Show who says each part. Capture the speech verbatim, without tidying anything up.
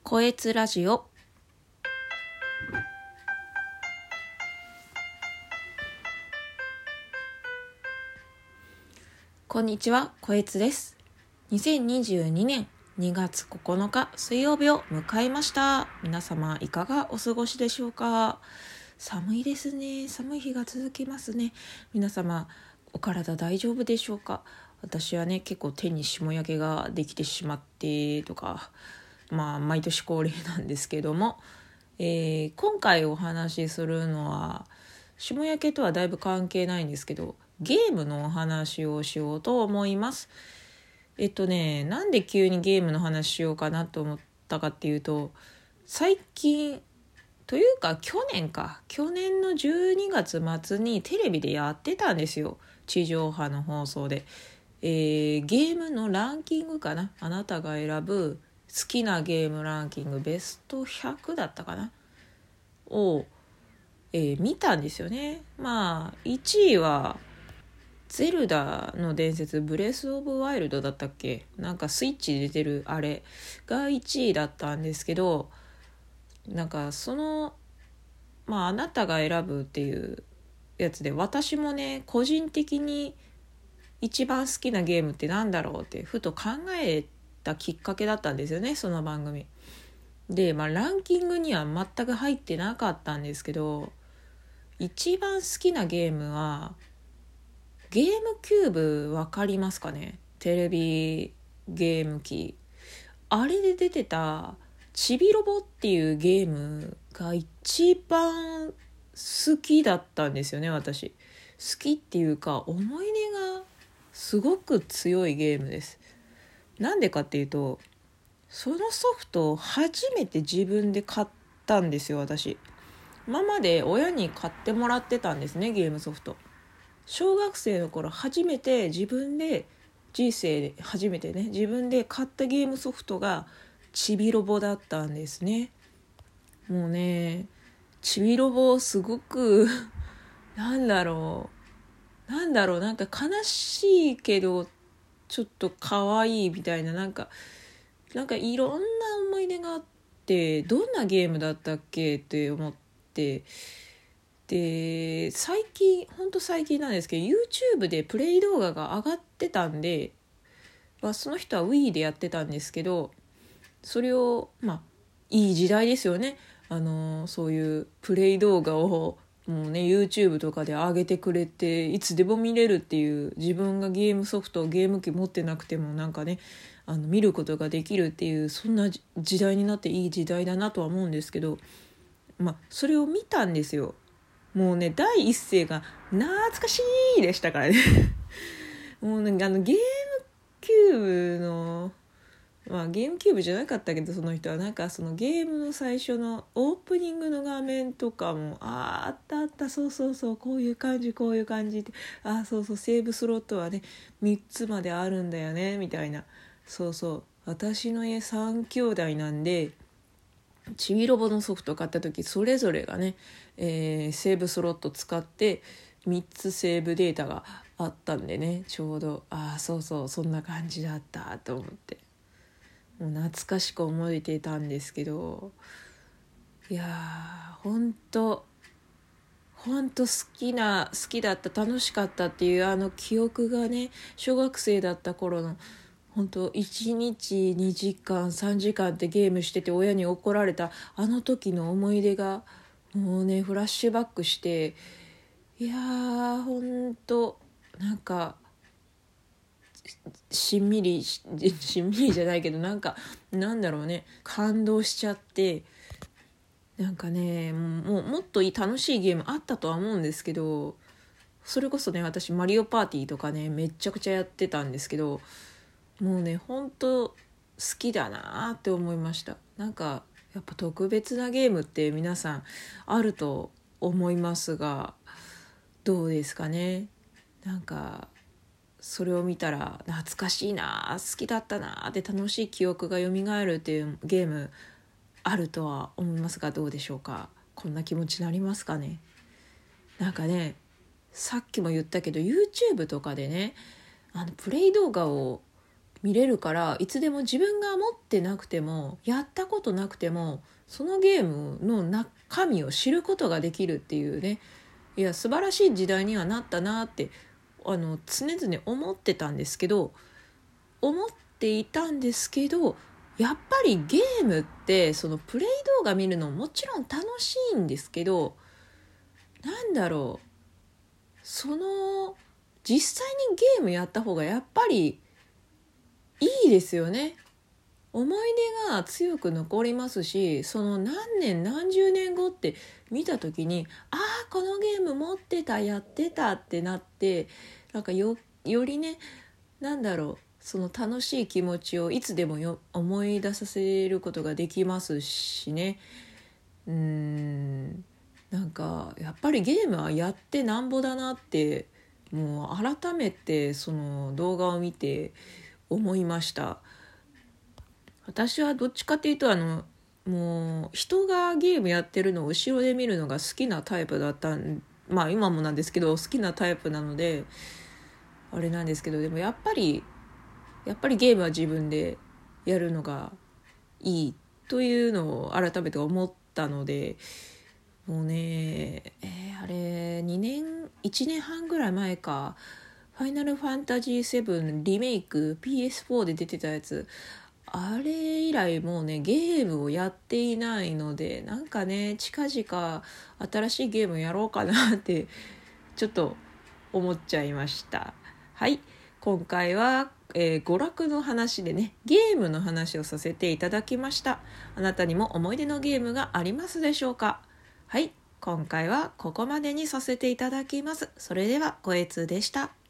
Speaker 1: こえつラジオ。こんにちは、こえつです。にせんにじゅうにねんにがつここのか水曜日を迎えました。皆様いかがお過ごしでしょうか。寒いですね。寒い日が続きますね。皆様お体大丈夫でしょうか。私はね、結構手に霜焼けができてしまってとか、まあ毎年恒例なんですけども、えー、今回お話しするのは霜焼けとはだいぶ関係ないんですけど、ゲームのお話をしようと思います。えっとねなんで急にゲームの話しようかなと思ったかっていうと、最近というか去年か去年のじゅうにがつ末にテレビでやってたんですよ。地上波の放送で、えー、ゲームのランキングかな、あなたが選ぶ好きなゲームランキングベストひゃくだったかなを、えー、見たんですよね。まあいちいはゼルダの伝説ブレスオブワイルドだったっけ、なんかスイッチで出てるあれがいちいだったんですけど、なんかそのまああなたが選ぶっていうやつで、私もね個人的に一番好きなゲームってなんだろうってふと考えたきっかけだったんですよね、その番組で。まあランキングには全く入ってなかったんですけど、一番好きなゲームはゲームキューブ、わかりますかね。テレビゲーム機、あれで出てたちびロボっていうゲームが一番好きだったんですよね。私好きっていうか思い出がすごく強いゲームです。なんでかっていうと、そのソフトを初めて自分で買ったんですよ。私今まで親に買ってもらってたんですね、ゲームソフト。小学生の頃初めて自分で、人生で初めてね自分で買ったゲームソフトがちびロボだったんですね。もうねちびロボすごくなんだろうなんだろうなんか悲しいけどちょっと可愛いみたいな、なんかなんかいろんな思い出があって、どんなゲームだったっけって思って、で最近ほんと最近なんですけど YouTube でプレイ動画が上がってたんで、まあ、その人は Wii でやってたんですけど、それをまあいい時代ですよね。あのそういうプレイ動画をもうね YouTube とかで上げてくれて、いつでも見れるっていう、自分がゲームソフトゲーム機持ってなくてもなんかねあの見ることができるっていう、そんな時代になっていい時代だなとは思うんですけど、まあそれを見たんですよ。もうね第一声が懐かしいでしたからねもうねあのゲームキューブのまあゲームキューブじゃなかったけど、その人はなんかそのゲームの最初のオープニングの画面とかも、あああったあった、そうそうそう、こういう感じこういう感じって、ああそうそう、セーブスロットはねみっつまであるんだよねみたいな。そうそう、私の家さん兄弟なんで、ちびロボのソフト買った時それぞれがね、えー、セーブスロット使ってみっつセーブデータがあったんでね、ちょうどああそうそうそんな感じだったと思って、もう懐かしく思えてたんですけど、いやーほんとほんと好きな好きだった、楽しかったっていうあの記憶がね、小学生だった頃の本当いちにちにじかんさんじかんってゲームしてて親に怒られたあの時の思い出がもうねフラッシュバックして、いやーほんとなんかしんみり し, しんみりじゃないけど、なんかなんだろうね、感動しちゃって、なんかねもうもっといい楽しいゲームあったとは思うんですけど、それこそね私マリオパーティーとかねめっちゃくちゃやってたんですけど、もうね本当好きだなって思いました。なんかやっぱ特別なゲームって皆さんあると思いますが、どうですかね。なんかそれを見たら懐かしいな、好きだったなって楽しい記憶が蘇るっていうゲームあるとは思いますが、どうでしょうか。こんな気持ちになりますかね。なんかねさっきも言ったけど YouTube とかでねあのプレイ動画を見れるから、いつでも自分が持ってなくてもやったことなくてもそのゲームの中身を知ることができるっていうね、いや素晴らしい時代にはなったなってあの常々思ってたんですけど思っていたんですけどやっぱりゲームってそのプレイ動画見るのももちろん楽しいんですけど、なんだろう、その実際にゲームやった方がやっぱりいいですよね。思い出が強く残りますし、その何年何十年後って見た時に、ああこのゲーム持ってたやってたってなって、なんか よ, よりね、なんだろう、その楽しい気持ちをいつでもよ思い出させることができますしね。うーんなんかやっぱりゲームはやってなんぼだなって、もう改めてその動画を見て思いました。私はどっちかっていうとあのもう人がゲームやってるのを後ろで見るのが好きなタイプだったん、まあ今もなんですけど好きなタイプなのであれなんですけど、でもやっぱりやっぱりゲームは自分でやるのがいいというのを改めて思ったので、もうね、えー、あれにねんいちねんはんぐらい前か、ファイナルファンタジーセブンリメイク ピーエスフォー で出てたやつ、あれ以来もうねゲームをやっていないので、なんかね近々新しいゲームやろうかなってちょっと思っちゃいました。はい、今回は、えー、娯楽の話でねゲームの話をさせていただきました。あなたにも思い出のゲームがありますでしょうか。はい、今回はここまでにさせていただきます。それではごえつでした。